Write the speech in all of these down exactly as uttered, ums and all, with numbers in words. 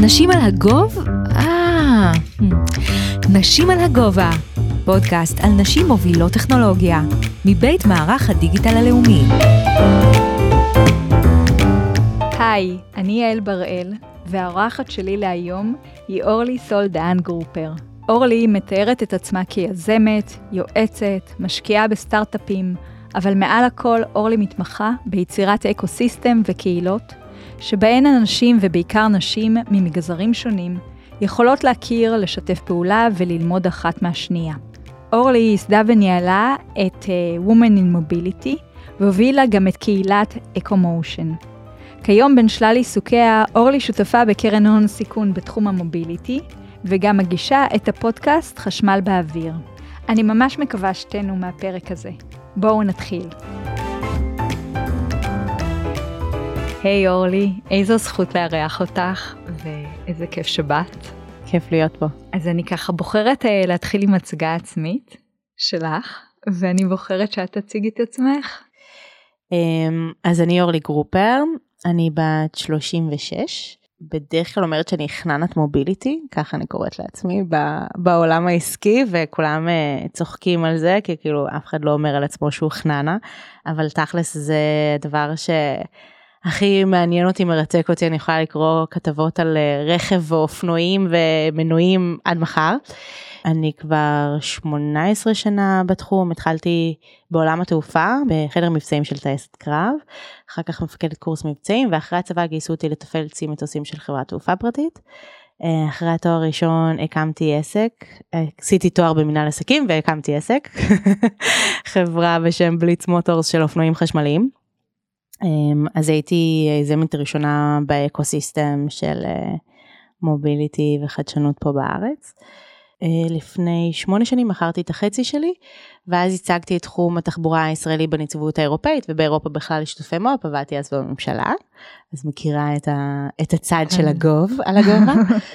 נשים על הגוב? אה, נשים על הגובה. פודקאסט על נשים מובילות טכנולוגיה, מבית מערך הדיגיטל הלאומי. היי, אני יעל בראל, והאורחת שלי להיום היא אורלי סולדן גרופר. אורלי מתארת את עצמה כיזמת, יועצת, משקיעה בסטארט-אפים, אבל מעל הכל אורלי מתמחה ביצירת אקוסיסטם וקהילות, שבהן אנשים ובעיקר נשים ממגזרים שונים יכולות להכיר, לשתף פעולה וללמוד אחת מהשנייה. אורלי ייסדה וניהלה את uh, Women in Mobility, והובילה גם את קהילת אקומושן. כיום בין שלל עיסוקיה, אורלי שותפה בקרן הון סיכון בתחום המוביליטי, וגם מגישה את הפודקאסט חשמל באוויר. אני ממש מקווה שתנו מהפרק הזה. בואו נתחיל. היי hey, אורלי, איזו זכות לארח אותך, ואיזה כיף שבאת. כיף להיות פה. אז אני ככה בוחרת uh, להתחיל עם הצגה עצמית שלך, ואני בוחרת שאת תציגי את עצמך. Um, אז אני אורלי גרופר, אני בת שלושים ושש, בדרך כלל אומרת שאני חננת מוביליטי, ככה אני קוראת לעצמי, בעולם העסקי, וכולם uh, צוחקים על זה, כי כאילו אף אחד לא אומר על עצמו שהוא חננה, אבל תכלס זה דבר ש... הכי מעניין אותי, מרתק אותי, אני יכולה לקרוא כתבות על רכב ואופנועים ומנועים עד מחר. אני כבר שמונה עשרה שנה בתחום, התחלתי בעולם התעופה, בחדר מבצעים של טייסת קרב, אחר כך מפקדת קורס מבצעים, ואחרי הצבא גייסו אותי לתפעל צי מטוסים של חברת תעופה פרטית. אחרי התואר הראשון הקמתי עסק, עשיתי תואר במנהל עסקים והקמתי עסק, חברה בשם בליץ מוטורס של אופנועים חשמליים. אז הייתי יזמת ראשונה באקוסיסטם של מוביליטי וחדשנות פה בארץ. לפני שמונה שנים מכרתי את החצי שלי, ואז הצגתי את תחום התחבורה הישראלי בנציבות האירופאית, ובאירופה בכלל לשיתופי מו"פ, עבדתי אז בממשלה, אז מכירה את, ה, את הצד של הגוב על הגובה.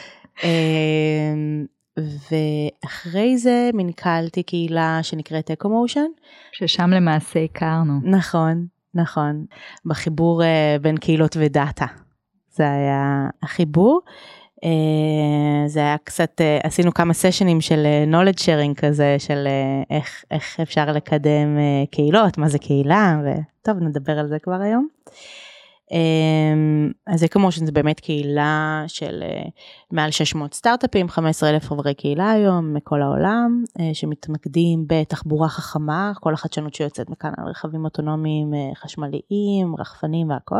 ואחרי זה מנכ"לתי קהילה שנקראת אקומושן. ששם למעשה הכרנו. נכון. נכון, בחיבור uh, בין קהילות ודאטה, זה היה החיבור, uh, זה היה קצת, uh, עשינו כמה סשנים של uh, knowledge sharing כזה, של uh, איך, איך אפשר לקדם uh, קהילות, מה זה קהילה, וטוב נדבר על זה כבר היום. Um, אז אקומושן זה באמת קהילה של uh, מעל שש מאות סטארט-אפים, חמישה עשר אלף חברי קהילה היום מכל העולם, uh, שמתמקדים בתחבורה חכמה, כל החדשנות שיוצאת מכאן על רכבים אוטונומיים uh, חשמליים, רחפנים והכל.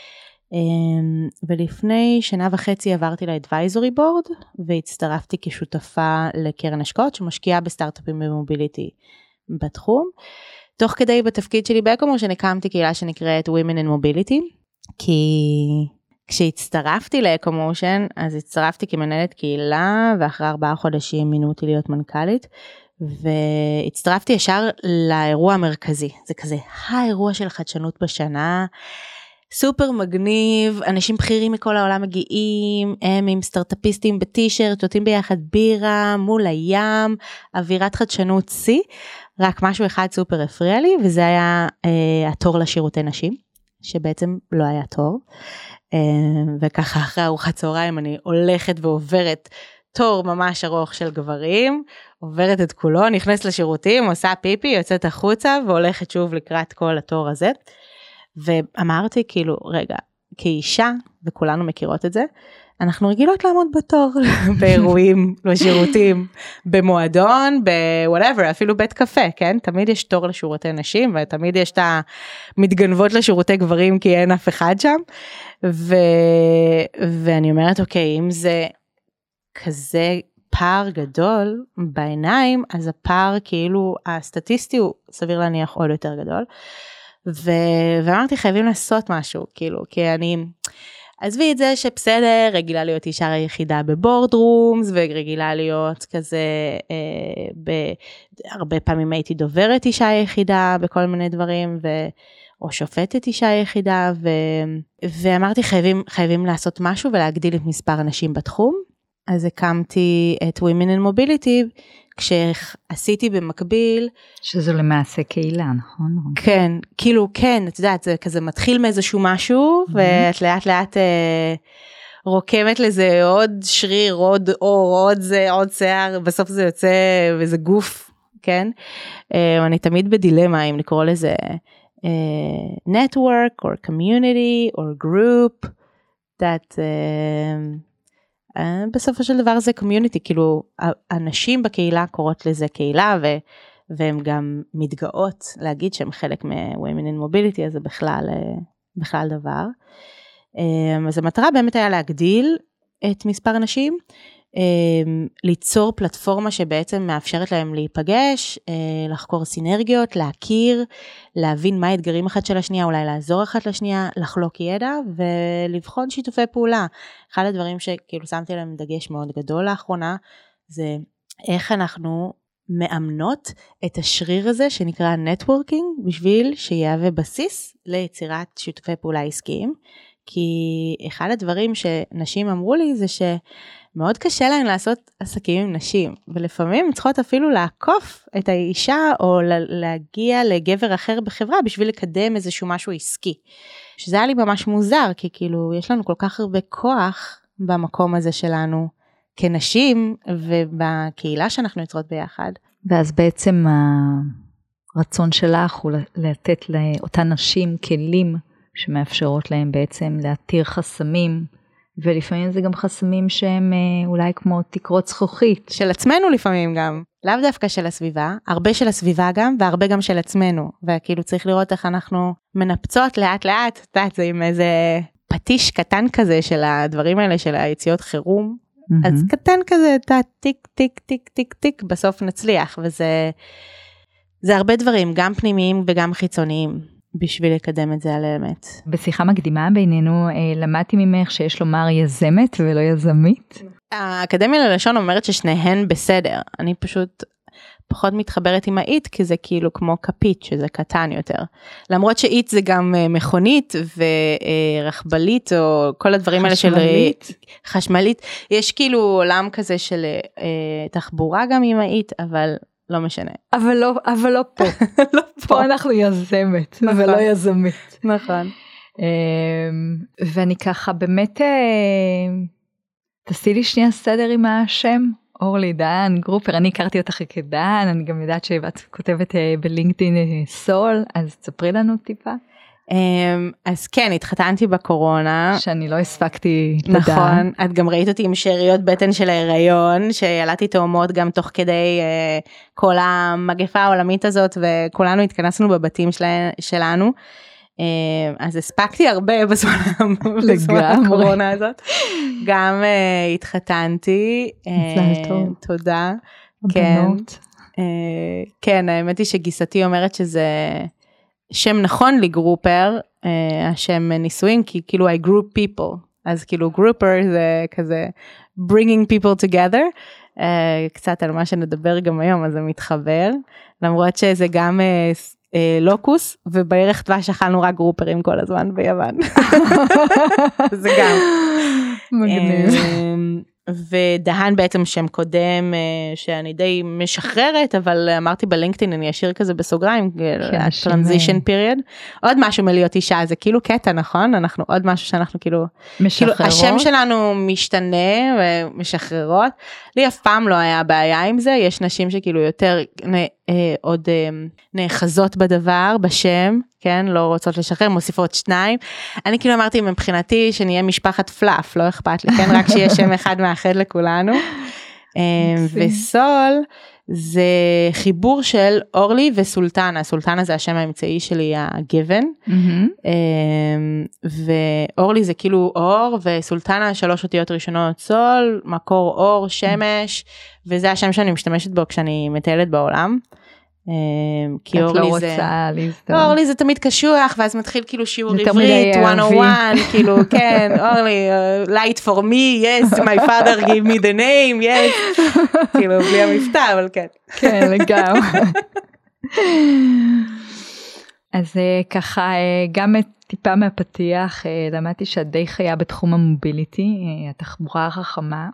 Um, ולפני שנה וחצי עברתי ל-advisory board, והצטרפתי כשותפה לקרן השקעות שמשקיעה בסטארט-אפים במוביליטי בתחום. תוך כדי בתפקיד שלי באקומושן הקמתי קהילה שנקראת Women in Mobility, כי כשהצטרפתי לאקומושן, אז הצטרפתי כמנהלת קהילה, ואחרי ארבעה חודשים מינו אותי להיות מנכ"לית, והצטרפתי ישר לאירוע המרכזי, זה כזה האירוע של חדשנות בשנה, סופר מגניב, אנשים בכירים מכל העולם מגיעים, הם עם סטארט-אפיסטים בטישרט, שותים ביחד בירה, מול הים, אווירת חדשנות C, רק משהו אחד סופר הפריע לי, וזה היה אה, התור לשירותי נשים, שבעצם לא היה תור, אה, וככה אחרי ארוחת צהריים אני הולכת ועוברת תור ממש ארוך של גברים, עוברת את כולו, נכנסת לשירותים, עושה פיפי, יוצאת החוצה, והולכת שוב לקראת כל התור הזה, ואמרתי כאילו, רגע, כאישה, וכולנו מכירות את זה, אנחנו רגילות לעמוד בתור, באירועים, בשירותים, במועדון, ב-whatever, אפילו בית קפה, כן? תמיד יש תור לשירותי נשים, ותמיד יש את המתגנבות לשירותי גברים, כי אין אף אחד שם, ו... ואני אומרת, אוקיי, אם זה כזה פער גדול בעיניים, אז הפער כאילו, הסטטיסטי הוא סביר להניח עוד יותר גדול, ו... ואמרתי, חייבים לעשות משהו, כאילו, כי אני... עזבי את זה שבסדר, רגילה להיות אישה היחידה בבורדרומס, ורגילה להיות כזה, אה, הרבה פעמים הייתי דוברת אישה היחידה בכל מיני דברים, ו, או שופטת אישה היחידה, ו, ואמרתי חייבים, חייבים לעשות משהו ולהגדיל את מספר הנשים בתחום, אז הקמתי את Women in Mobility, כשעשיתי במקביל. שזו למעשה קהילה, נכון? כן, כאילו כן, את יודעת, זה כזה מתחיל מאיזשהו משהו, ואת לאט לאט... רוקמת לזה עוד שריר, עוד אור, עוד זה, עוד שיער, בסוף זה יוצא וזה גוף, כן? אני תמיד בדילמה אם לקרוא לזה network or community or group, that בסופו של דבר זה community, כאילו אנשים בקהילה קוראות לזה קהילה, והן גם מתגאות להגיד שהן חלק מ-Women in Mobility, אז זה בכלל, בכלל דבר. אז המטרה באמת היה להגדיל את מספר הנשים, ליצור פלטפורמה שבעצם מאפשרת להם להיפגש, לחקור סינרגיות, להכיר, להבין מה האתגרים אחת של השנייה, אולי לעזור אחת לשנייה, לחלוק ידע ולבחון שיתופי פעולה. אחד הדברים שכאילו שמתי להם דגש מאוד גדול לאחרונה, זה איך אנחנו מאמנות את השריר הזה שנקרא נטוורקינג, בשביל שיהווה בסיס ליצירת שיתופי פעולה עסקיים, כי אחד הדברים שנשים אמרו לי זה שמאוד קשה להן לעשות עסקים עם נשים, ולפעמים הן צריכות אפילו לעקוף את האישה, או להגיע לגבר אחר בחברה, בשביל לקדם איזשהו משהו עסקי. שזה היה לי ממש מוזר, כי כאילו יש לנו כל כך הרבה כוח במקום הזה שלנו, כנשים, ובקהילה שאנחנו יוצרות ביחד. ואז בעצם הרצון שלך הוא לתת לאותן נשים כלים, שמאפשרות להם בעצם להתיר חסמים, ולפעמים זה גם חסמים שהם אולי כמו תקרות זכוכית. של עצמנו לפעמים גם, לאו דווקא של הסביבה, הרבה של הסביבה גם, והרבה גם של עצמנו, וכאילו צריך לראות איך אנחנו מנפצות לאט לאט, את זה עם איזה פטיש קטן כזה של הדברים האלה, של היציאות חירום, mm-hmm. אז קטן כזה, אתה טיק טיק טיק טיק טיק, בסוף נצליח, וזה זה הרבה דברים, גם פנימיים וגם חיצוניים. בשביל לקדם את זה על האמת. בשיחה מקדימה בינינו, למדתי ממך שיש לומר יזמת ולא יזמית. האקדמיה ללשון אומרת ששניהן בסדר. אני פשוט פחות מתחברת עם האית, כי זה כאילו כמו כפית, שזה קטן יותר. למרות שאית זה גם מכונית ורחבלית, או כל הדברים האלה של... חשמלית. חשמלית. יש כאילו עולם כזה של תחבורה גם עם האית, אבל... לא משנה. אבל לא, אבל לא פה. לא פה. פה אנחנו יזמת, נכון. ולא יזמית. נכון. ואני ככה באמת, תעשי לי שנייה סדר עם השם, אורלי דהן גרופר, אני הכרתי אותך כדהן, אני גם יודעת שאת כותבת בלינקדאין סול, אז תספרי לנו טיפה. אז כן, התחתנתי בקורונה. שאני לא הספקתי לדעת. נכון, את גם ראית אותי עם שאריות בטן של ההיריון, שילדתי תאומות גם תוך כדי uh, כל המגפה העולמית הזאת, וכולנו התכנסנו בבתים של, שלנו. Uh, אז הספקתי הרבה בזמן, בזמן הקורונה הזאת. גם uh, התחתנתי. מזל טוב. תודה. הבנות. כן, uh, כן, האמת היא שגיסתי אומרת שזה... שם נכון לי גרופר, uh, השם נישואים, כי כאילו I group people, אז כאילו גרופר זה כזה bringing people together, uh, קצת על מה שנדבר גם היום, אז זה מתחבר, למרות שזה גם uh, uh, לוקוס, ובערך דבש אכלנו רק גרופרים כל הזמן ביוון, זה גם. מגניב. Uh, ודהן בעצם שם קודם שאני די משחררת, אבל אמרתי בלינקדאין אני אשאיר כזה בסוגריים, transition period. עוד משהו מלהיות אישה, זה כאילו קטע, נכון? אנחנו עוד משהו שאנחנו כאילו, משחררות. כאילו השם שלנו משתנה ומשחררות. לי אף פעם לא היה בעיה עם זה, יש נשים שכאילו יותר עוד נאחזות בדבר, בשם, כן, לא רוצות לשחרר, מוסיפות שניים. אני כאילו אמרתי מבחינתי שנהיה משפחת פלאף, לא אכפת לי, כן, רק שיהיה שם אחד מאחד לכולנו. וסול זה חיבור של אורלי וסולטנה, סולטנה זה השם האמצעי שלי, הגיוון, ואורלי זה כאילו אור, וסולטנה שלוש אותיות ראשונות סול, מקור אור, שמש, וזה השם שאני משתמשת בו כשאני מטיילת בעולם. כי את לא רוצה להזדום. אורלי זה תמיד קשוח, ואז מתחיל כאילו שיעור עברית, מאה ואחת, כאילו כן, אורלי, light for me, yes, my father give me the name, yes, כאילו בלי המבטא, אבל כן. כן, לגמרי. אז ככה, גם טיפה מהפתיח, למדתי שאת די חיה בתחום המוביליטי, התחבורה החכמה,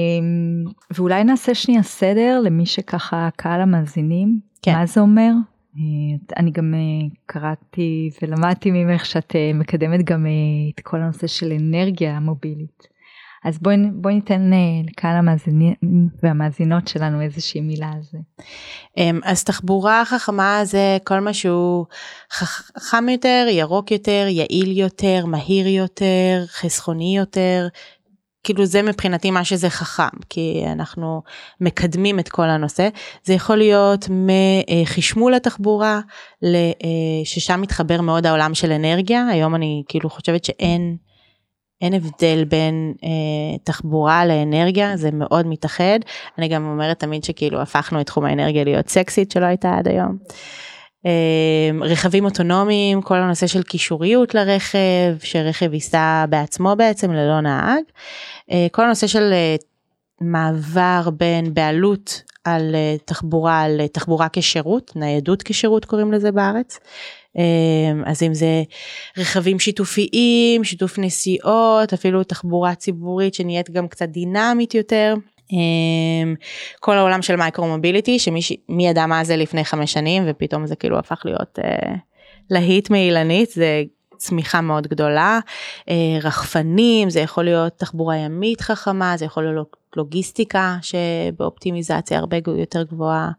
ואולי נעשה שנייה סדר למי שככה קהל המאזינים, כן. מה זה אומר? אני גם קראתי ולמדתי ממך שאת מקדמת גם את כל הנושא של אנרגיה מובילית. אז בואי, בואי ניתן לקהל המאזינים והמאזינות שלנו איזושהי מילה על זה. אז תחבורה חכמה זה כל משהו חכם יותר, ירוק יותר, יעיל יותר, מהיר יותר, חסכוני יותר, כאילו זה מבחינתי מה שזה חכם, כי אנחנו מקדמים את כל הנושא. זה יכול להיות מחשמול התחבורה, ששם מתחבר מאוד העולם של אנרגיה. היום אני כאילו חושבת שאין אין הבדל בין אה, תחבורה לאנרגיה, זה מאוד מתאחד. אני גם אומרת תמיד שכאילו הפכנו את תחום האנרגיה להיות סקסית שלא הייתה עד היום. אה, רכבים אוטונומיים, כל הנושא של קישוריות לרכב, שרכב ייסע בעצמו בעצם ללא נהג. אה, כל הנושא של אה, מעבר בין בעלות על אה, תחבורה, על אה, תחבורה כשירות, ניידות כשירות קוראים לזה בארץ. אז אם זה רכבים שיתופיים, שיתוף נסיעות, אפילו תחבורה ציבורית שנהיית גם קצת דינמית יותר, כל העולם של מייקרו-מוביליטי, שמי ידע מה זה לפני חמש שנים, ופתאום זה כאילו הפך להיות להיט מאילנית, זה צמיחה מאוד גדולה, רחפנים, זה יכול להיות תחבורה ימית חכמה, זה יכול להיות לוגיסטיקה, שבאופטימיזציה הרבה יותר גבוהה,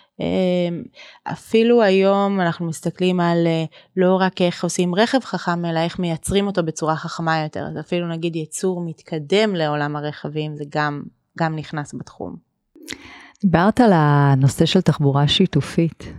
אפילו היום אנחנו מסתכלים על לא רק איך עושים רכב חכם, אלא איך מייצרים אותו בצורה חכמה יותר. אז אפילו נגיד ייצור מתקדם לעולם הרכבים, זה גם, גם נכנס בתחום. דיברת על הנושא של תחבורה שיתופית,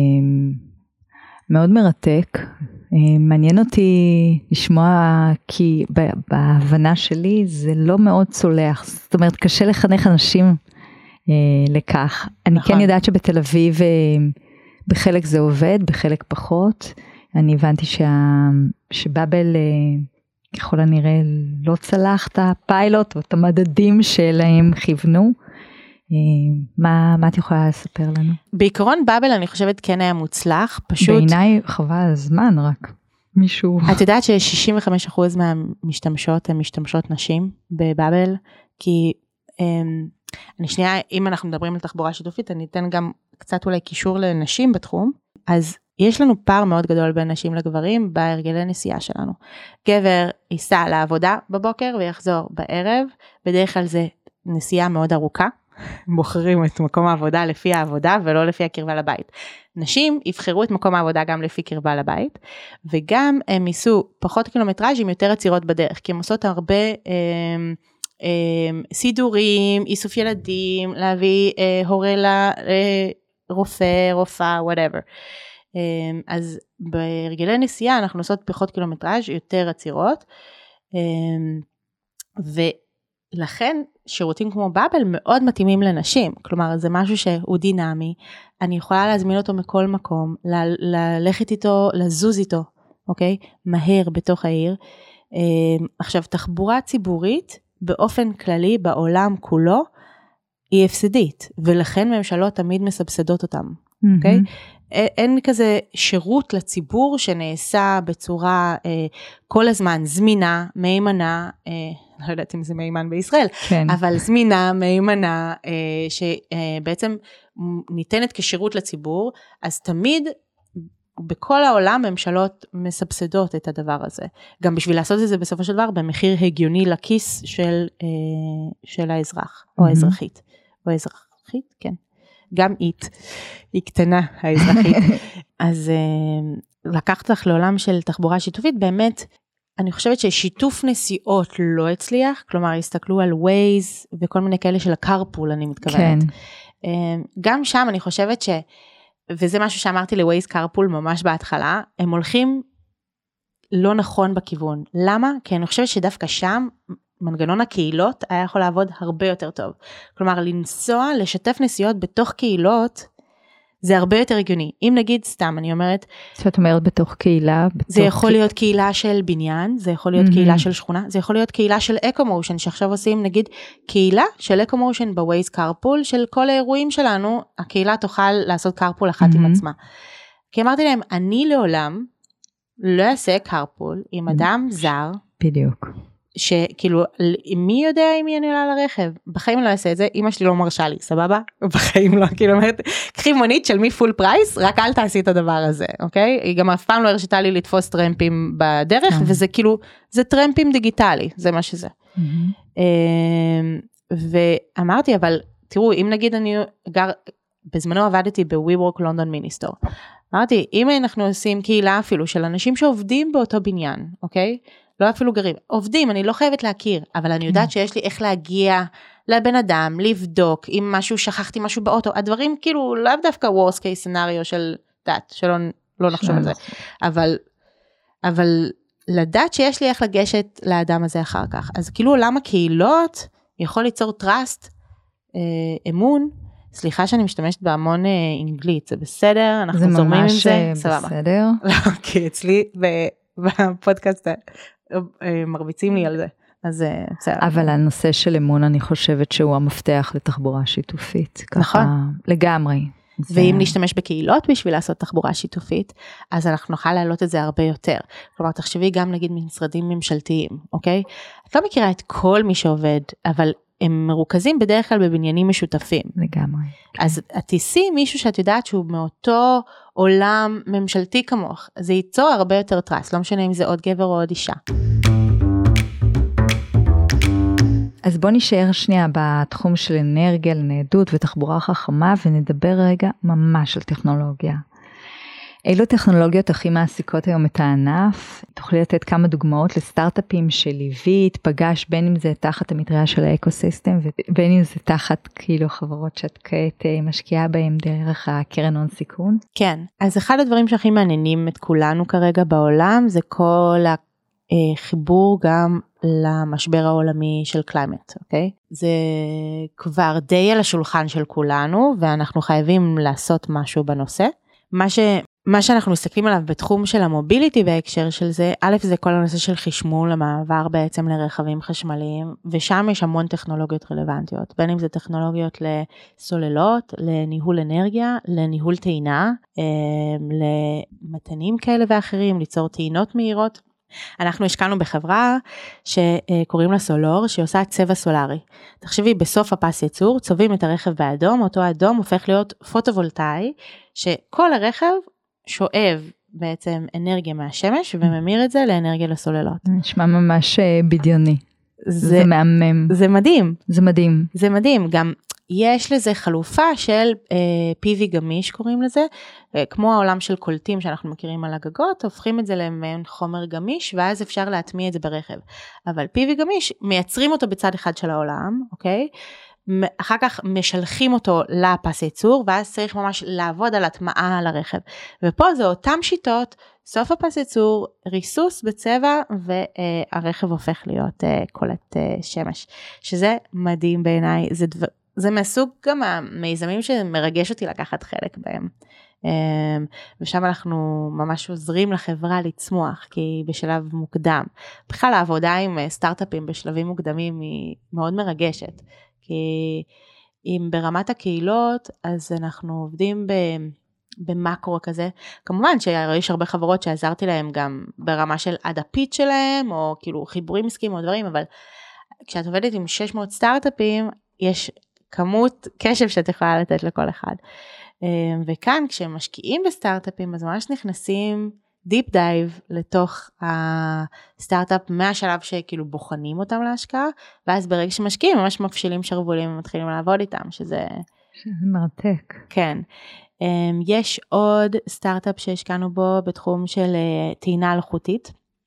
מאוד מרתק, מעניין אותי לשמוע, כי בהבנה שלי זה לא מאוד צולח, זאת אומרת קשה לחנך אנשים, לכך. אני כן יודעת שבתל אביב בחלק זה עובד, בחלק פחות. אני הבנתי שבאבל ככל הנראה לא צלח את הפיילוט או את המדדים שלהם כיוונו. מה, מה את יכולה לספר לנו? בעיקרון באבל אני חושבת כן היה מוצלח, פשוט... בעיניי חבל הזמן רק. מישהו... את יודעת ש-שישים וחמישה אחוז מהמשתמשות הן משתמשות נשים בבאבל, כי... אני שנייה, אם אנחנו מדברים על תחבורה שיתופית, אני אתן גם קצת אולי קישור לנשים בתחום, אז יש לנו פער מאוד גדול בין נשים לגברים בהרגלי נסיעה שלנו. גבר ייסע לעבודה בבוקר ויחזור בערב, בדרך כלל זה נסיעה מאוד ארוכה, בוחרים את מקום העבודה לפי העבודה ולא לפי הקרבה לבית. נשים יבחרו את מקום העבודה גם לפי קרבה לבית, וגם הם ייסעו פחות קילומטראז' עם יותר עצירות בדרך, כי הם עושות הרבה... אה, סידורים, איסוף ילדים, להביא אה, הורה לרופא, רופאה, whatever. אה, אז ברגלי נסיעה אנחנו עושות פחות קילומטראז' יותר עצירות, אה, ולכן שירותים כמו באבל מאוד מתאימים לנשים, כלומר זה משהו שהוא דינמי, אני יכולה להזמין אותו מכל מקום, ל- ללכת איתו, לזוז איתו, אוקיי? מהר בתוך העיר. אה, עכשיו תחבורה ציבורית, באופן כללי בעולם כולו היא הפסדית, ולכן ממשלות תמיד מסבסדות אותם, אוקיי? אין כזה שירות לציבור שנעשה בצורה אה, כל הזמן זמינה, מהימנה, אה, לא יודעת אם זה מהימן בישראל, כן. אבל זמינה, מהימנה, אה, שבעצם ניתנת כשירות לציבור, אז תמיד בכל העולם ממשלות מסבסדות את הדבר הזה, גם בשביל לעשות את זה בסופו של דבר במחיר הגיוני לכיס של, של האזרח, או האזרחית, או האזרחית, כן, גם אית, היא קטנה האזרחית, אז לקחת לך לעולם של תחבורה שיתופית, באמת, אני חושבת ששיתוף נסיעות לא הצליח, כלומר, הסתכלו על ווייז, וכל מיני כאלה של הקרפול, אני מתכוונת. כן. גם שם אני חושבת ש... וזה משהו שאמרתי לווייז קרפול ממש בהתחלה, הם הולכים לא נכון בכיוון. למה? כי אני חושבת שדווקא שם, מנגנון הקהילות היה יכול לעבוד הרבה יותר טוב. כלומר, לנסוע, לשתף נסיעות בתוך קהילות, זה הרבה יותר הגיוני. אם נגיד סתם, אני אומרת... שאת אומרת בתוך קהילה... זה יכול להיות קהילה של בניין, זה יכול להיות קהילה של שכונה, זה יכול להיות קהילה של אקו-מושן, שעכשיו עושים נגיד קהילה של אקו-מושן בווייז קרפול, של כל האירועים שלנו, הקהילה תוכל לעשות קרפול אחת עם עצמה. כי אמרתי להם, אני לעולם לא אעשה קרפול עם אדם זר, בדיוק. שכאילו, מי יודע אם היא עולה לרכב? בחיים לא אעשה את זה, אמא שלי לא מרשה לי, סבבה? בחיים לא, כאילו אומרת, קחי מונית של מי פול פרייס, רק אל תעשי את הדבר הזה, אוקיי? היא גם אף פעם לא הרשתה לי לתפוס טרמפים בדרך, וזה כאילו, זה טרמפים דיגיטלי, זה מה שזה. ואמרתי, אבל תראו, אם נגיד אני גר, בזמנו עבדתי ב-WeWork London Ministore, אמרתי, אם אנחנו עושים קהילה אפילו של אנשים שעובדים באותו בניין, אוקיי? לא אפילו גרים, עובדים, אני לא חייבת להכיר, אבל אני יודעת שיש לי איך להגיע לבן אדם, לבדוק, אם משהו, שכחתי משהו באוטו, הדברים כאילו, לאו דווקא worst case scenario של דת, שלא לא נחשוב על זה, אבל, אבל לדעת שיש לי איך לגשת לאדם הזה אחר כך, אז כאילו עולם הקהילות יכול ליצור trust, אה, אמון, סליחה שאני משתמשת בהמון אה, אנגלית, זה בסדר, אנחנו זורמים עם זה, סבבה. זה ממש בסדר. כי אצלי בפודקאסט מרביצים לי על זה, אז בסדר. אבל הנושא של אמון אני חושבת שהוא המפתח לתחבורה שיתופית. נכון. לגמרי. ואם נשתמש בקהילות בשביל לעשות תחבורה שיתופית, אז אנחנו נוכל להעלות את זה הרבה יותר. כלומר, תחשבי גם נגיד ממשרדים ממשלתיים, אוקיי? את לא מכירה את כל מי שעובד, אבל הם מרוכזים בדרך כלל בבניינים משותפים. לגמרי. אז את תיסי מישהו שאת יודעת שהוא מאותו עולם ממשלתי כמוך, זה ייצור הרבה יותר טרס, לא משנה אם זה עוד גבר או עוד אישה. אז בוא נשאר שנייה בתחום של אנרגיה, לניידות ותחבורה חכמה, ונדבר רגע ממש על טכנולוגיה. אילו טכנולוגיות הכי מעסיקות היום את הענף? תוכלי לתת כמה דוגמאות לסטארט-אפים שליווית, פגש בין אם זה תחת המטריה של האקוסיסטם, ובין אם זה תחת כאילו חברות שאת כעת משקיעה בהם דרך הקרן הון סיכון? כן, אז אחד הדברים שהכי מעניינים את כולנו כרגע בעולם, זה כל החיבור גם למשבר העולמי של קליימט, אוקיי? זה כבר די על השולחן של כולנו, ואנחנו חייבים לעשות משהו בנושא. מה ש... מה שאנחנו מסתכלים עליו בתחום של המוביליטי בהקשר של זה, א' זה כל הנושא של חשמול, המעבר בעצם לרכבים חשמליים, ושם יש המון טכנולוגיות רלוונטיות, בין אם זה טכנולוגיות לסוללות, לניהול אנרגיה, לניהול טעינה, למתנים כאלה ואחרים, ליצור טעינות מהירות. אנחנו השקענו בחברה שקוראים לה סולור, שהיא עושה צבע סולרי. תחשבי, בסוף הפס ייצור, צובעים את הרכב באדום, אותו אדום הופך להיות פוטו-וולטאי, שכל הרכב שואב בעצם אנרגיה מהשמש, וממיר את זה לאנרגיה לסוללות. נשמע ממש בדיוני. זה, זה מהמם. זה מדהים. זה מדהים. זה מדהים. גם יש לזה חלופה של אה, פי וי גמיש, קוראים לזה, אה, כמו העולם של קולטים שאנחנו מכירים על הגגות, הופכים את זה למעין חומר גמיש, ואז אפשר להטמיע את זה ברכב. אבל פי וי גמיש, מייצרים אותו בצד אחד של העולם, אוקיי? אחר כך משלחים אותו לפס ייצור, ואז צריך ממש לעבוד על הטמעה על הרכב. ופה זה אותם שיטות, סוף הפס ייצור, ריסוס בצבע, והרכב הופך להיות קולט שמש. שזה מדהים בעיניי, זה, דבר, זה מהסוג גם המיזמים שמרגש אותי לקחת חלק בהם. ושם אנחנו ממש עוזרים לחברה לצמוח, כי בשלב מוקדם. בכלל העבודה עם סטארט-אפים בשלבים מוקדמים היא מאוד מרגשת. כי אם ברמת הקהילות, אז אנחנו עובדים במקרו כזה, כמובן שיש הרבה חברות שעזרתי להם גם ברמה של עד הפיץ שלהם, או כאילו חיבורים עסקיים או דברים, אבל כשאת עובדת עם שש מאות סטארט-אפים, יש כמות קשב שאת יכולה לתת לכל אחד. וכאן כשמשקיעים בסטארט-אפים, אז ממש נכנסים דיפ דייב לתוך הסטארט-אפ מהשלב שכאילו בוחנים אותם להשקעה, ואז ברגע שמשקיעים ממש מפשילים שרבולים ומתחילים לעבוד איתם, שזה... שזה מרתק. כן. יש עוד סטארט-אפ שהשקענו בו בתחום של טעינה אלחוטית.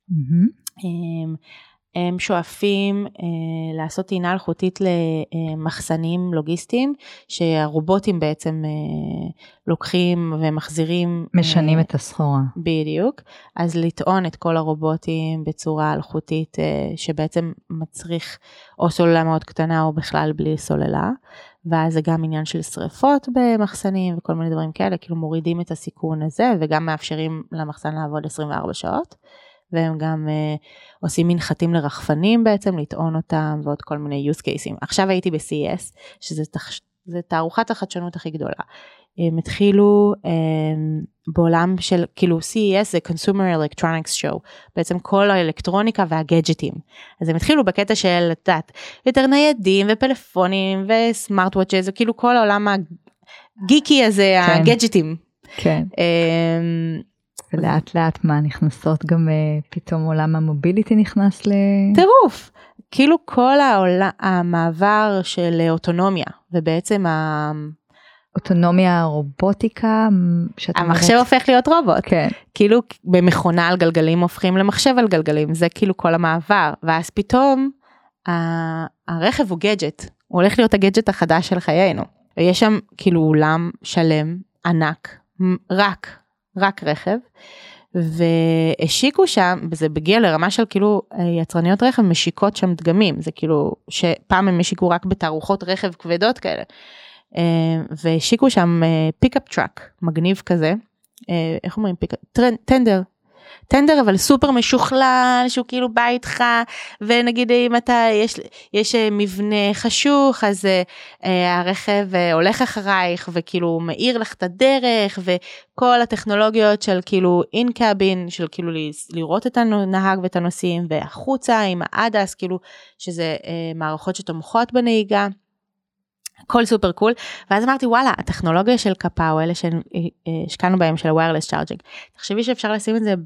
הם שואפים אה, לעשות טעינה אלחוטית למחסנים לוגיסטיים, שהרובוטים בעצם אה, לוקחים ומחזירים. משנים אה, את הסחורה. בדיוק. אז לטעון את כל הרובוטים בצורה אלחוטית, אה, שבעצם מצריך או סוללה מאוד קטנה או בכלל בלי סוללה, ואז זה גם עניין של שריפות במחסנים וכל מיני דברים כאלה, כאילו מורידים את הסיכון הזה, וגם מאפשרים למחסן לעבוד עשרים וארבע שעות. והם גם uh, עושים מנחתים לרחפנים בעצם, לטעון אותם, ועוד כל מיני use cases. עכשיו הייתי ב-סי אס, שזה תח... תערוכת החדשנות הכי גדולה. הם התחילו בעולם של, כאילו סי אי אס זה Consumer Electronics Show, בעצם כל האלקטרוניקה והגדג'טים. אז הם התחילו בקטע של, את יודעת, יותר ניידים ופלאפונים וסמארט וואצ'ז, וכאילו כל העולם הגיקי הזה, כן. הגדג'טים. כן. ולאט לאט מה נכנסות גם פתאום עולם המוביליטי נכנס ל... טירוף. כאילו כל העולם, המעבר של אוטונומיה, ובעצם ה... אוטונומיה, רובוטיקה, המחשב אומרת... הופך להיות רובוט. כן. כאילו במכונה על גלגלים הופכים למחשב על גלגלים, זה כאילו כל המעבר. ואז פתאום הרכב הוא גדג'ט, הוא הולך להיות הגדג'ט החדש של חיינו. ויש שם כאילו אולם שלם, ענק, רק, רק רכב, והשיקו שם, וזה בגיע לרמה של כאילו יצרניות רכב משיקות שם דגמים, זה כאילו שפעם הם השיקו רק בתערוכות רכב כבדות כאלה, והשיקו שם פיקאפ טראק, מגניב כזה, איך אומרים פיקאפ? טנדר, טנדר אבל סופר משוכלל, שהוא כאילו בא איתך, ונגיד אם אתה, יש, יש מבנה חשוך, אז uh, הרכב uh, הולך אחרייך, וכאילו מאיר לך את הדרך, וכל הטכנולוגיות של כאילו אין-קאבין, של כאילו לראות את הנהג ואת הנוסעים, והחוצה עם האדס, כאילו שזה uh, מערכות שתומכות בנהיגה, הכל סופר קול, ואז אמרתי וואלה, הטכנולוגיה של קפאו, אלה שהשקענו בהם של ה-wireless charging, תחשבי שאפשר לשים את זה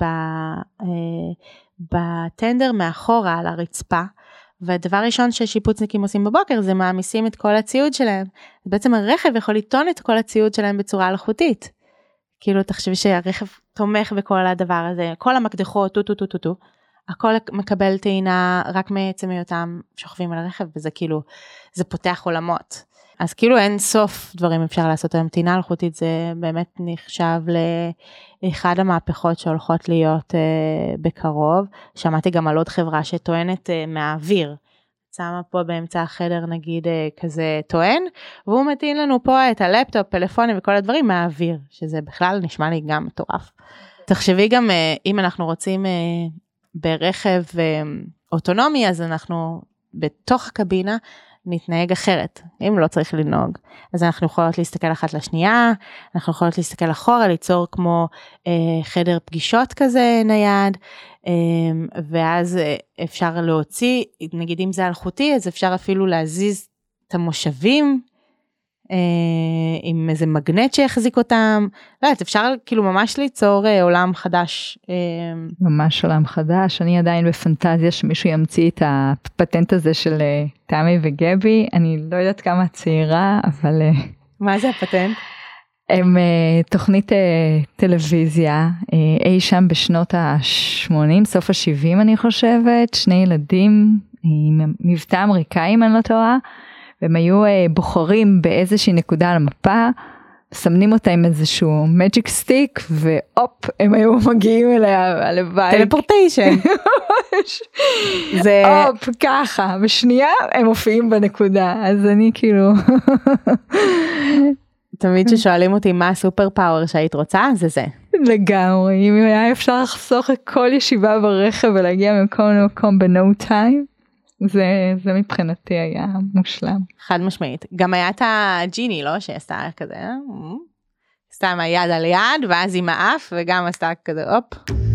בטנדר מאחורה על הרצפה, והדבר ראשון ששיפוצניקים עושים בבוקר, זה מעמיסים את כל הציוד שלהם, בעצם הרכב יכול לטעון את כל הציוד שלהם בצורה אלחוטית, כאילו תחשבי שהרכב תומך בכל הדבר הזה, כל המקדחות, טו טו טו טו טו, הכל מקבל טעינה רק מעצם היותם שוכבים על הרכב, וזה כאילו, זה פותח עולמות. אז כאילו אין סוף דברים אפשר לעשות היום, טעינה אלחוטית זה באמת נחשב לאחד המהפכות שהולכות להיות אה, בקרוב, שמעתי גם על עוד חברה שטוענת אה, מהאוויר, שמה פה באמצע החדר נגיד אה, כזה טוען, והוא מטעין לנו פה את הלפטופ, פלאפונים וכל הדברים מהאוויר, שזה בכלל נשמע לי גם מטורף. תחשבי גם אה, אם אנחנו רוצים אה, ברכב אה, אוטונומי, אז אנחנו בתוך הקבינה, נתנהג אחרת, אם לא צריך לנהוג, אז אנחנו יכולות להסתכל אחת לשנייה, אנחנו יכולות להסתכל אחורה, ליצור כמו אה, חדר פגישות כזה נייד, אה, ואז אה, אפשר להוציא, נגיד אם זה אלחוטי, אז אפשר אפילו להזיז את המושבים, אה, עם איזה מגנט שיחזיק אותם, לא יודעת, אפשר כאילו ממש ליצור אה, עולם חדש. אה, ממש עולם חדש, אני עדיין בפנטזיה שמישהו ימציא את הפטנט הזה של אה, תמי וגבי, אני לא יודעת כמה צעירה, אבל... אה, מה זה הפטנט? הם אה, תוכנית אה, טלוויזיה, אה, אי שם בשנות ה-שמונים, סוף ה-שבעים אני חושבת, שני ילדים עם מבטא אמריקאי אם אני לא טועה, והם היו אה, בוחרים באיזושהי נקודה על המפה, מסמנים אותה עם איזשהו מג'יק סטיק, ואופ, הם היו מגיעים אליה, הלוואי. טלפורטיישן. זה... אופ, ככה, בשנייה הם מופיעים בנקודה, אז אני כאילו... תמיד ששואלים אותי מה הסופר פאוור שהיית רוצה, זה זה. לגמרי, אם היה אפשר לחסוך את כל ישיבה ברכב, ולהגיע ממקום למקום ב-no time, זה, זה מבחינתי היה מושלם. חד משמעית. גם היה את הג'יני, לא? שעשתה כזה, סתם היד על יד, ואז עם האף, וגם עשתה כזה, אופ.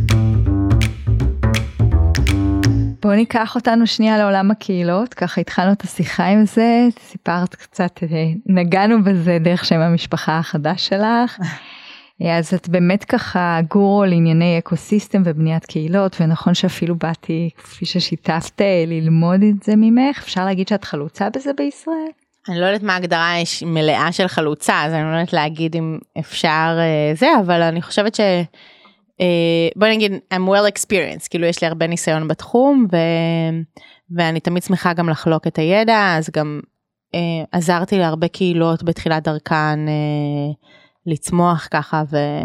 בואו ניקח אותנו שנייה לעולם הקהילות, ככה התחלנו את השיחה עם זה, סיפרת קצת, נגענו בזה דרך שם המשפחה החדש שלך, אז את באמת ככה גורו לענייני אקוסיסטם ובניית קהילות, ונכון שאפילו באתי, כפי ששיתפת, ללמוד את זה ממך, אפשר להגיד שאת חלוצה בזה בישראל? אני לא יודעת מה ההגדרה מלאה של חלוצה, אז אני לא יודעת להגיד אם אפשר זה, אבל אני חושבת ש... בוא נגיד, I'm well experienced, כאילו יש לי הרבה ניסיון בתחום, ו... ואני תמיד שמחה גם לחלוק את הידע, אז גם עזרתי להרבה קהילות בתחילת דרכן, לצמוח ככה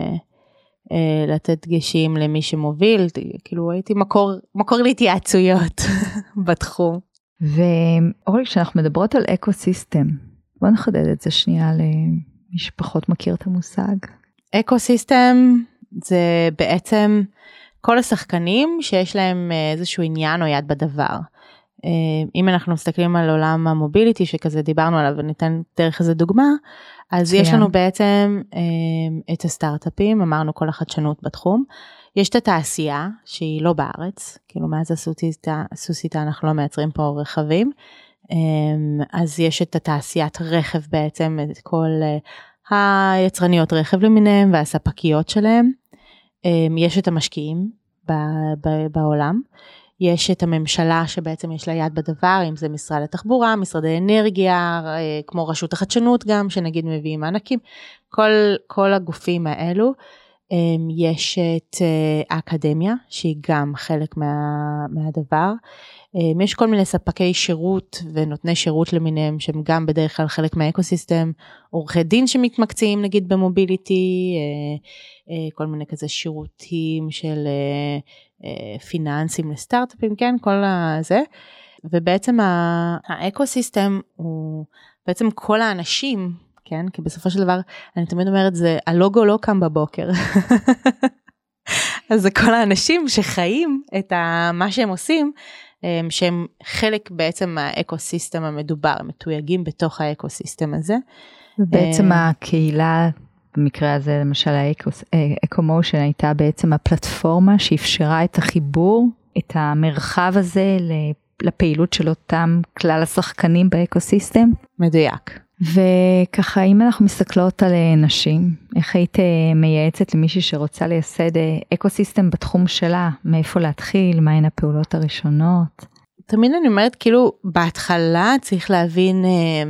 ולתת דגשים למי שמוביל, כאילו הייתי מקור, מקור להתייעצויות בתחום. ואורי, כשאנחנו מדברות על אקוסיסטם, בוא נחדד את זה שנייה למי שפחות מכיר את המושג. אקוסיסטם זה בעצם כל השחקנים שיש להם איזשהו עניין או יד בדבר. אם אנחנו מסתכלים על עולם המוביליטי שכזה דיברנו עליו וניתן דרך איזה דוגמה, אז יש לנו בעצם את הסטארט-אפים, אמרנו כל החדשנות בתחום, יש את התעשייה שהיא לא בארץ, כאילו מאז הסוסיתא אנחנו לא מייצרים פה רכבים, אז יש את התעשיית רכב בעצם, את כל היצרניות רכב למיניהם והספקיות שלהם, יש את המשקיעים בעולם, יש את הממשלה שבעצם יש לה יד בדבר, אם זה משרד התחבורה, משרדי אנרגיה, כמו רשות החדשנות גם, שנגיד מביאים מענקים, כל, כל הגופים האלו, יש את האקדמיה, שהיא גם חלק מה, מהדבר, יש כל מיני ספקי שירות ונותני שירות למיניהם, שהם גם בדרך כלל חלק מהאקוסיסטם, עורכי דין שמתמקצעים נגיד במוביליטי, כל מיני כזה שירותים של פיננסים לסטארט-אפים, כן, כל הזה, ובעצם האקוסיסטם הוא בעצם כל האנשים, כן, כי בסופו של דבר, אני תמיד אומרת, זה הלוגו לא קם בבוקר, אז זה כל האנשים שחיים את מה שהם עושים, שהם חלק בעצם מהאקוסיסטם המדובר, מתויגים בתוך האקוסיסטם הזה. ובעצם הקהילה, במקרה הזה למשל האקומושן הייתה בעצם הפלטפורמה שאפשרה את החיבור, את המרחב הזה לפעילות של אותם כלל השחקנים באקוסיסטם. מדויק. וככה אם אנחנו מסתכלות על נשים, איך היית מייעצת למישהי שרוצה לייסד אקוסיסטם בתחום שלה, מאיפה להתחיל, מהן הפעולות הראשונות? תמיד אני אומרת כאילו בהתחלה צריך להבין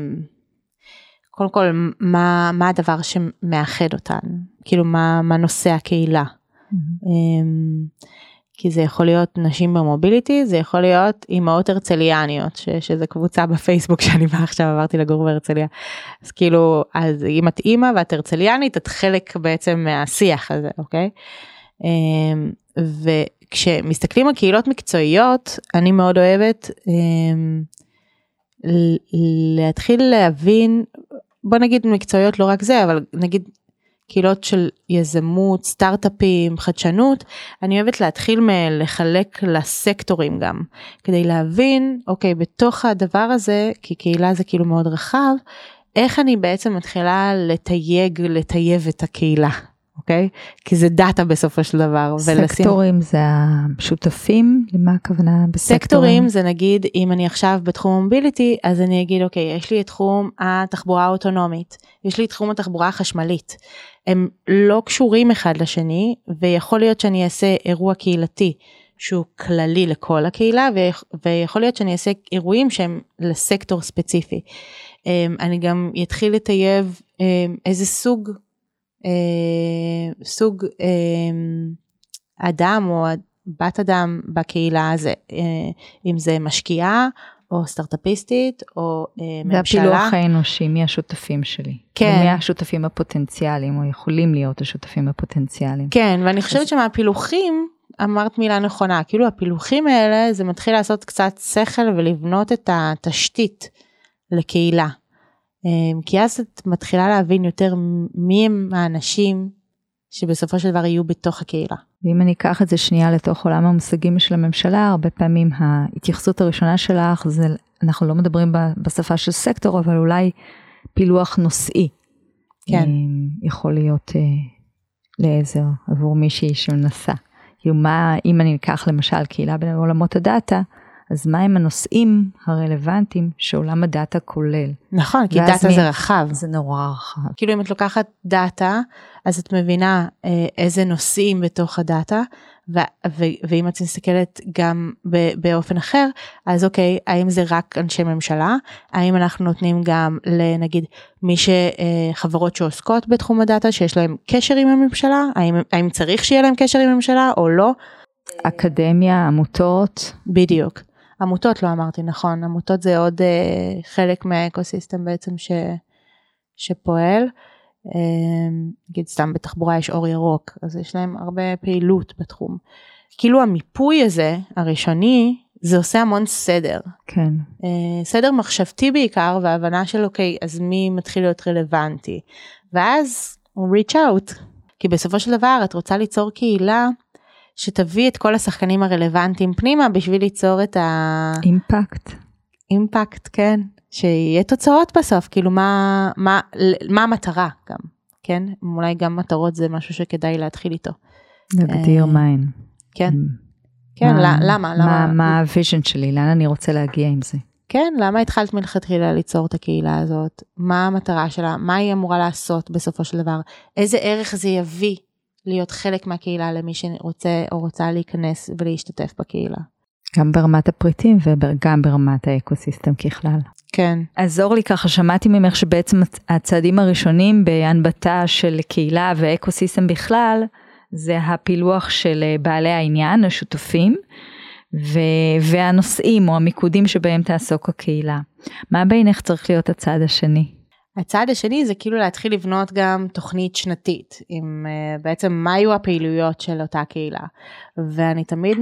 קודם כל מה, מה הדבר שמאחד אותן, כאילו מה, מה נושא הקהילה. Mm-hmm. כי זה יכול להיות נשים במוביליטי, זה יכול להיות אימהות הרצליאניות, ש, שזה קבוצה בפייסבוק שאני באה עכשיו, עברתי לגור בהרצליה. אז כאילו, אז אם את אימא ואת הרצליאנית, את חלק בעצם מהשיח הזה, אוקיי? וכשמסתכלים על קהילות מקצועיות, אני מאוד אוהבת להתחיל להבין, בוא נגיד מקצועיות לא רק זה, אבל נגיד, קהילות של יזמות, סטארט-אפים, חדשנות, אני אוהבת להתחיל מלחלק לסקטורים גם, כדי להבין, אוקיי, בתוך הדבר הזה, כי קהילה זה כאילו מאוד רחב, איך אני בעצם מתחילה לתייג, לטייב את הקהילה, אוקיי? כי זה דאטה בסופו של דבר. סקטורים ולשים... זה השותפים? למה הכוונה בסקטורים? סקטורים זה נגיד, אם אני עכשיו בתחום המוביליטי, אז אני אגיד, אוקיי, יש לי את תחום התחבורה האוטונומית, יש לי את תחום התחבורה החשמלית, הם לא קשורים אחד לשני, ויכול להיות שאני אעשה אירוע קהילתי, שהוא כללי לכל הקהילה, ויכול להיות שאני אעשה אירועים שהם לסקטור ספציפי. אני גם יתחיל לטייב איזה סוג, סוג אדם או בת אדם בקהילה הזה, אם זה משקיעה, או סטארט-אפיסטית, או ממשלה. והפילוח האנושי, מי השותפים שלי? כן. ומי השותפים הפוטנציאליים, או יכולים להיות השותפים הפוטנציאליים. כן, ואני חושבת שמהפילוחים, אמרת מילה נכונה, כאילו הפילוחים האלה, זה מתחיל לעשות קצת שכל, ולבנות את התשתית לקהילה. כי אז את מתחילה להבין יותר מי הם האנשים, שבסופו של דבר יהיו בתוך הקהילה. ואם אני אקח את זה שנייה לתוך עולם המושגים של הממשלה, הרבה פעמים ההתייחסות הראשונה שלך, זה, אנחנו לא מדברים בשפה של סקטור, אבל אולי פילוח נושאי. כן. יכול להיות לעזר עבור מישהי שמנסה. כאילו מה, אם אני אקח למשל קהילה בעולמות הדאטה, אז מה הם הנושאים הרלוונטיים שעולם הדאטה כולל? נכון, כי דאטה מ... זה רחב. זה נורא רחב. כאילו אם את לוקחת דאטה, אז את מבינה אה, איזה נושאים בתוך הדאטה, ו- ו- ואם את מסתכלת גם ב- באופן אחר, אז אוקיי, האם זה רק אנשי ממשלה? האם אנחנו נותנים גם לנגיד מי שחברות שעוסקות בתחום הדאטה, שיש להם קשר עם הממשלה? האם, האם צריך שיהיה להם קשר עם הממשלה או לא? אקדמיה, עמותות. בדיוק. עמותות לא אמרתי, נכון, עמותות זה עוד uh, חלק מהאקוסיסטם בעצם ש, שפועל, נגיד uh, סתם בתחבורה יש אור ירוק, אז יש להם הרבה פעילות בתחום. כאילו המיפוי הזה, הראשוני, זה עושה המון סדר. כן. Uh, סדר מחשבתי בעיקר, וההבנה של אוקיי, אז מי מתחיל להיות רלוונטי, ואז הוא reach out, כי בסופו של דבר את רוצה ליצור קהילה, שתביא את כל השחקנים הרלוונטיים פנימה, בשביל ליצור את ה... אימפקט. אימפקט, כן. שיהיה תוצאות בסוף, כאילו מה, מה, מה המטרה גם, כן? אולי גם מטרות זה משהו שכדאי להתחיל איתו. נגדיר מיין. כן. כן, למה? מה הוויז'ן שלי? לאן אני רוצה להגיע עם זה? כן, למה התחלת מלכתחילה ליצור את הקהילה הזאת? מה המטרה שלה? מה היא אמורה לעשות בסופו של דבר? איזה ערך זה יביא להיות חלק מהקהילה למי שרוצה או רוצה להיכנס ולהשתתף בקהילה? גם ברמת הפריטים וגם ברמת האקוסיסטם ככלל. כן. אז אורלי, ככה שמעתי ממך שבעצם הצעדים הראשונים בהנבטה של קהילה ואקוסיסטם בכלל, זה הפילוח של בעלי העניין, השותפים, ו- והנושאים או המיקודים שבהם תעסוק הקהילה. מה בעינך צריך להיות הצעד השני? הצעד השני זה כאילו להתחיל לבנות גם תוכנית שנתית, עם בעצם מה היו הפעילויות של אותה קהילה. ואני תמיד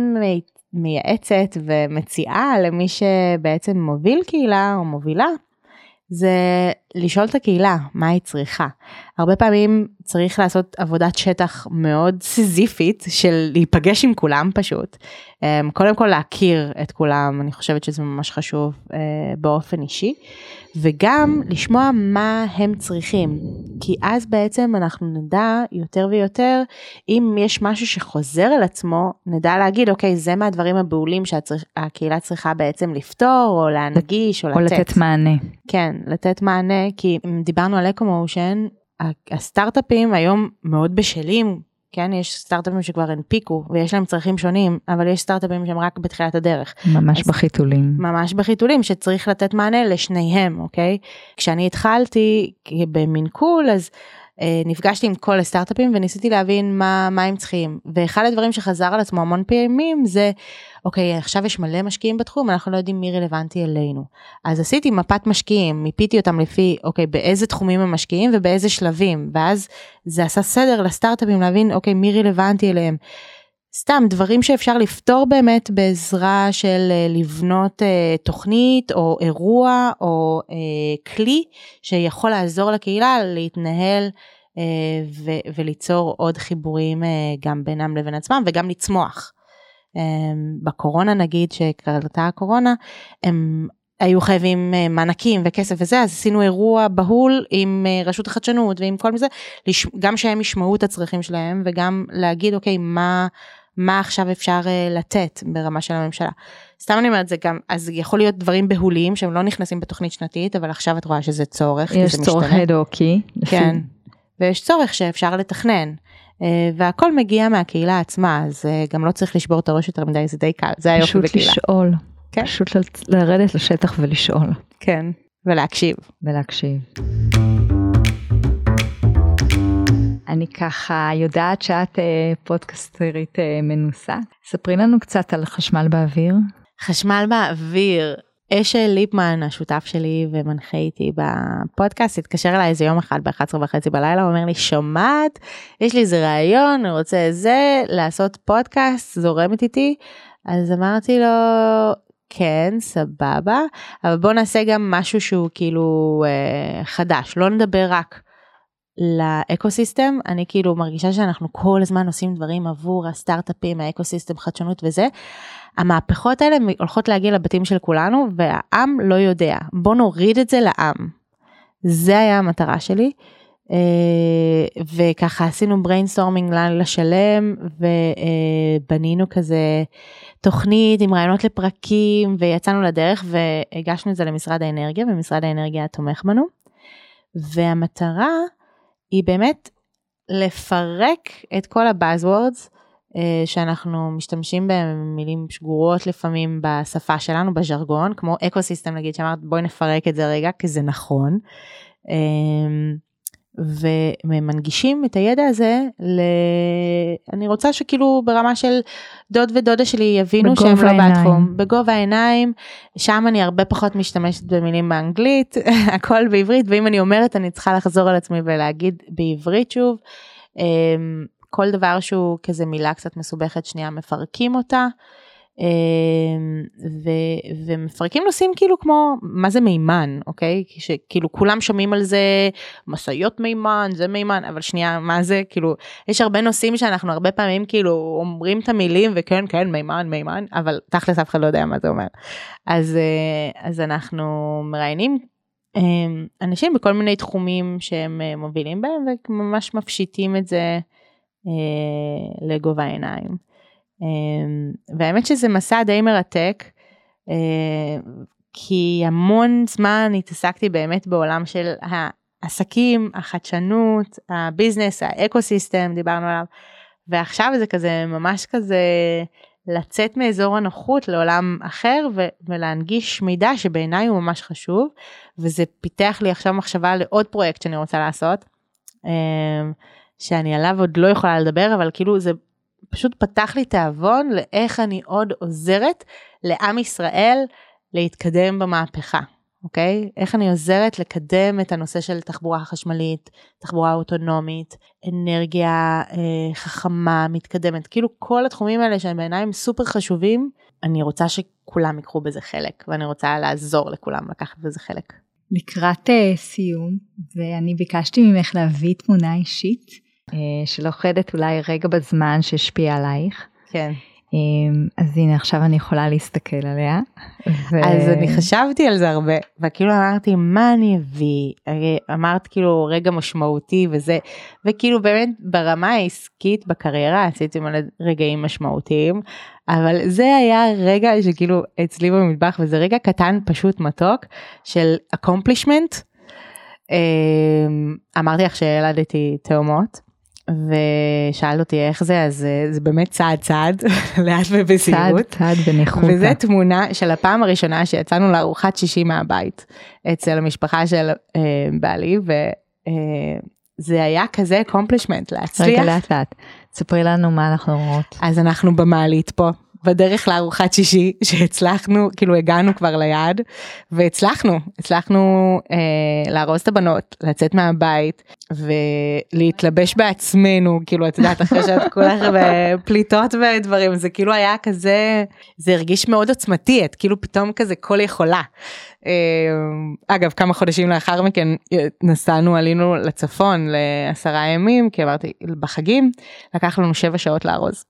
מייעצת ומציעה למי שבעצם מוביל קהילה או מובילה, זה לשאול את הקהילה מה היא צריכה. הרבה פעמים צריך לעשות עבודת שטח מאוד סיזיפית של להיפגש עם כולם פשוט. קודם כל להכיר את כולם, אני חושבת שזה ממש חשוב באופן אישי, וגם לשמוע מה הם צריכים, כי אז בעצם אנחנו נדע יותר ויותר, אם יש משהו שחוזר על עצמו, נדע להגיד, אוקיי, זה מהדברים הבעולים שהקהילה צריכה בעצם לפתור, או להנגיש, או, או לתת. לתת מענה. כן, לתת מענה, כי אם דיברנו על אקומושן, הסטארט-אפים היום מאוד בשלים, כן, יש סטארט-אפים שכבר הנפיקו, ויש להם צרכים שונים, אבל יש סטארט-אפים שהם רק בתחילת הדרך. ממש בחיתולים. ממש בחיתולים, שצריך לתת מענה לשניהם, אוקיי? כשאני התחלתי במנכול, אז אה, נפגשתי עם כל הסטארט-אפים, וניסיתי להבין מה, מה הם צריכים. ואחד הדברים שחזר על עצמו המון פעמים, זה, אוקיי, עכשיו יש מלא משקיעים בתחום, אנחנו לא יודעים מי רלוונטי אלינו. אז עשיתי מפת משקיעים, מיפיתי אותם לפי, אוקיי, באיזה תחומים הם משקיעים, ובאיזה שלבים, ואז זה עשה סדר לסטארט-אפים להבין, אוקיי, מי רלוונטי אליהם. סתם, דברים שאפשר לפתור באמת בעזרה של לבנות אה, תוכנית, או אירוע, או אה, כלי, שיכול לעזור לקהילה להתנהל, אה, ו- וליצור עוד חיבורים אה, גם בינם לבין עצמם, וגם לצמוח. בקורונה נגיד שקרתה הקורונה, הם היו חייבים מענקים וכסף וזה, אז עשינו אירוע בהול עם רשות החדשנות ועם כל מזה, גם שהם ישמעו את הצרכים שלהם, וגם להגיד אוקיי, מה, מה עכשיו אפשר לתת ברמה של הממשלה. סתם אני אומרת, זה גם, אז יכול להיות דברים בהולים, שהם לא נכנסים בתוכנית שנתית, אבל עכשיו את רואה שזה צורך, יש צורך הדוקי. כן, ויש צורך שאפשר לתכנן. והכל מגיע מהקהילה עצמה, אז גם לא צריך לשבור את הראש יותר מדי, זה די קל, זה היופי בקהילה. פשוט לשאול, כן? פשוט לרדת לשטח ולשאול. כן, ולהקשיב. ולהקשיב. אני ככה יודעת שאת פודקסטרית מנוסה, ספרי לנו קצת על חשמל באוויר. חשמל באוויר. אשל ליפמן, השותף שלי ומנחה איתי בפודקאסט, התקשר אליי איזה יום אחד ב-אחת עשרה וחצי בלילה, הוא אומר לי, שומעת, יש לי איזה רעיון, אני רוצה איזה, לעשות פודקאסט, זורמת איתי, אז אמרתי לו, כן, סבבה, אבל בוא נעשה גם משהו שהוא כאילו אה, חדש, לא נדבר רק לאקוסיסטם, אני כאילו מרגישה שאנחנו כל הזמן עושים דברים עבור הסטארט-אפים, האקוסיסטם, חדשנות וזה, המהפכות האלה הולכות להגיע לבתים של כולנו, והעם לא יודע. בוא נוריד את זה לעם. זה היה המטרה שלי, וככה עשינו בריינסטורמינג לילה שלם, ובנינו כזה תוכנית עם רעיונות לפרקים, ויצאנו לדרך, והגשנו את זה למשרד האנרגיה, ומשרד האנרגיה תומך בנו, והמטרה היא באמת לפרק את כל הבאזוורדס, שאנחנו משתמשים במילים שגורות לפעמים בשפה שלנו, בז'רגון, כמו אקוסיסטם נגיד, שאמרת בואי נפרק את זה רגע, כי זה נכון, ומנגישים את הידע הזה, ל... אני רוצה שכאילו ברמה של דוד ודודה שלי יבינו שהם לא בתחום, בגובה העיניים, שם אני הרבה פחות משתמשת במילים באנגלית, הכל בעברית, ואם אני אומרת אני צריכה לחזור על עצמי ולהגיד בעברית שוב, כל דבר שהוא כזה מילה קצת מסובכת שנייה מפרקים אותה, ו- ומפרקים נושאים כאילו כמו, מה זה מימן, אוקיי? שכאילו כולם שומעים על זה, מסעיות מימן, זה מימן, אבל שנייה, מה זה? כאילו, יש הרבה נושאים שאנחנו הרבה פעמים כאילו אומרים את המילים, וכן, כן, מימן, מימן, אבל תכלס אף אחד לא יודע מה זה אומר. אז, אז אנחנו מראיינים אנשים בכל מיני תחומים שהם מובילים בהם, וממש מפשיטים את זה לגובה העיניים. והאמת שזה מסע די מרתק, כי המון זמן התעסקתי באמת בעולם של העסקים, החדשנות, הביזנס, האקוסיסטם, דיברנו עליו, ועכשיו זה כזה ממש כזה לצאת מאזור הנוחות לעולם אחר ולהנגיש מידע שבעיניי הוא ממש חשוב, וזה פיתח לי עכשיו מחשבה לעוד פרויקט שאני רוצה לעשות, שאני עליו עוד לא יכולה לדבר, אבל כאילו זה פשוט פתח לי תאבון לאיך אני עוד עוזרת לעם ישראל להתקדם במהפכה, אוקיי? איך אני עוזרת לקדם את הנושא של תחבורה חשמלית, תחבורה אוטונומית, אנרגיה אה, חכמה, מתקדמת, כאילו כל התחומים האלה שהם בעיניים סופר חשובים, אני רוצה שכולם יקחו בזה חלק, ואני רוצה לעזור לכולם לקחת בזה חלק. לקראת uh, סיום, ואני ביקשתי ממך להביא תמונה אישית, שלא חדת אולי רגע בזמן שהשפיע עלייך. כן. אז הנה עכשיו אני יכולה להסתכל עליה. ו... אז אני חשבתי על זה הרבה, וכאילו אמרתי מה אני אביא, אמרת כאילו רגע משמעותי וזה, וכאילו באמת ברמה העסקית בקריירה עשיתי מלא רגעים משמעותיים, אבל זה היה רגע שכאילו אצלי במטבח, וזה רגע קטן פשוט מתוק של accomplishment. אמרתי לך שילדתי תאומות, ושאלת אותי איך זה, אז זה באמת צעד צעד, לאט ובזהירות. צעד צעד בניחותא. וזה תמונה של הפעם הראשונה שיצאנו לארוחת שישי מהבית, אצל המשפחה של אה, בעלי, וזה אה, היה כזה accomplishment להצליח. רגע לאט לאט, ספרי לנו מה אנחנו רואות. אז אנחנו במעלית פה, בדרך לארוחת שישי, שהצלחנו, כאילו הגענו כבר ליעד, והצלחנו, הצלחנו אה, להרוס את הבנות, לצאת מהבית, ולהתלבש בעצמנו, כאילו את יודעת, אחרי שאת כולך בפליטות ודברים, זה כאילו היה כזה, זה הרגיש מאוד עוצמתי, את כאילו פתאום כזה כל יכולה. אגב, כמה חודשים לאחר מכן נסענו, עלינו לצפון לעשרה ימים, כי אמרתי, בחגים, לקח לנו שבע שעות לארוז.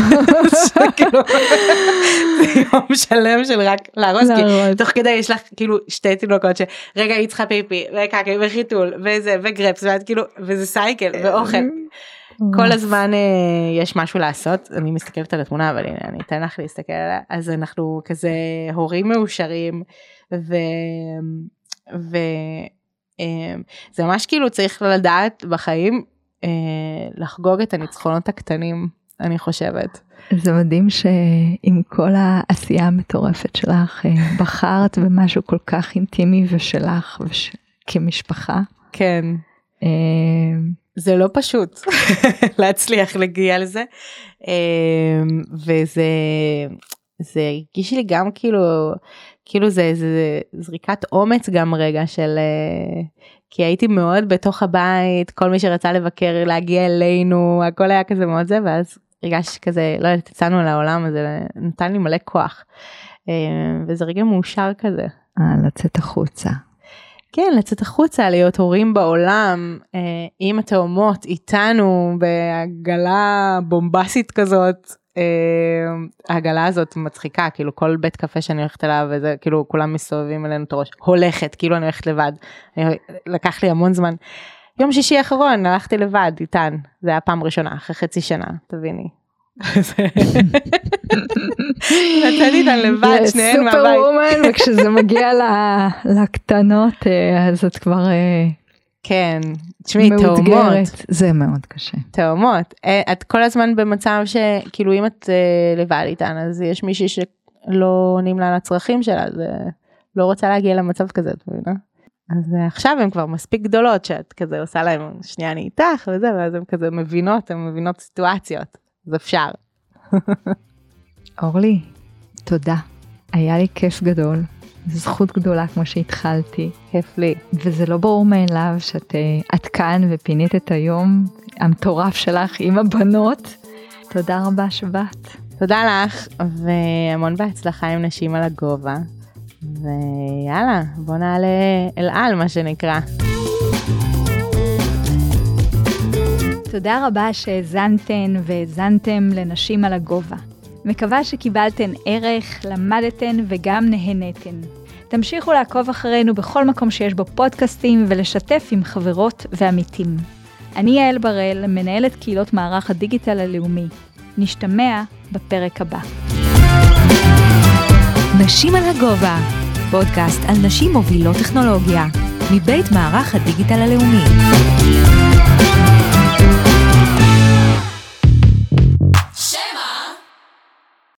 זה יום שלם של רק לארוז, כי תוך כדי יש לך כאילו שתי תינוקות שרגע היא צריכה פיפי, וקקי, וחיתול, וזה, וגרפס, וזה סייקל, ואוכל. כל הזמן יש משהו לעשות, אני מסתכלת על התמונה, אבל אני אתן לך להסתכל עליה, אז אנחנו כזה הורים מאושרים, ו... ו... זה ממש כאילו צריך לדעת בחיים, לחגוג את הניצחונות הקטנים, אני חושבת. זה מדהים שעם כל העשייה המטורפת שלך, בחרת במשהו כל כך אינטימי ושלך, וש... כמשפחה. כן. זה לא פשוט להצליח להגיע לזה, וזה זה הרגיש לי גם כאילו, כאילו זה, זה זריקת אומץ גם רגע של, כי הייתי מאוד בתוך הבית, כל מי שרצה לבקר להגיע אלינו, הכל היה כזה מאוד זה, ואז הרגש כזה, לא יודעת, יצאנו לעולם הזה, נתן לי מלא כוח, וזה רגע מאושר כזה. לצאת החוצה. כן, לצאת החוצה, להיות הורים בעולם, אה, עם התאומות, איתנו, בעגלה בומבסית כזאת, אה, העגלה הזאת מצחיקה, כאילו כל בית קפה שאני הולכת אליו, וזה כאילו כולם מסתובבים אלינו את הראש, הולכת, כאילו אני הולכת לבד, לקח לי המון זמן. יום שישי האחרון, הלכתי לבד, איתן, זה היה פעם ראשונה, אחרי חצי שנה, תביני. נתתי איתן לבד, שניהם מהבית. סופר וומן, וכשזה מגיע לקטנות, אז את כבר כן, תשמעי, תאומות. זה מאוד קשה. תאומות. את כל הזמן במצב שכאילו אם את לבד איתן, אז יש מישהי שלא עונים לה לצרכים שלה, אז לא רוצה להגיע למצב כזה, את מבינה? אז עכשיו הן כבר מספיק גדולות, שאת כזה עושה להן, שנייה אני איתך וזה, ואז הן כזה מבינות, הן מבינות סיטואציות. אז אפשר. אורלי, תודה. היה לי כיף גדול. זו זכות גדולה כמו שהתחלתי. כיף לי. וזה לא ברור מאליו שאת את כאן ופינית את היום המטורף שלך עם הבנות. תודה רבה שבאת. תודה לך, והמון בהצלחה עם נשים על הגובה. ויאללה, בוא נעלה אל על, מה שנקרא. תודה רבה שהזנתן והזנתם לנשים על הגובה. מקווה שקיבלתן ערך, למדתן וגם נהנתן. תמשיכו לעקוב אחרינו בכל מקום שיש בו פודקאסטים ולשתף עם חברות ועמיתים. אני יעל בראל, מנהלת קהילות מערך הדיגיטל הלאומי. נשתמע בפרק הבא. נשים על הגובה, פודקאסט על נשים מובילות טכנולוגיה, מבית מערך הדיגיטל הלאומי.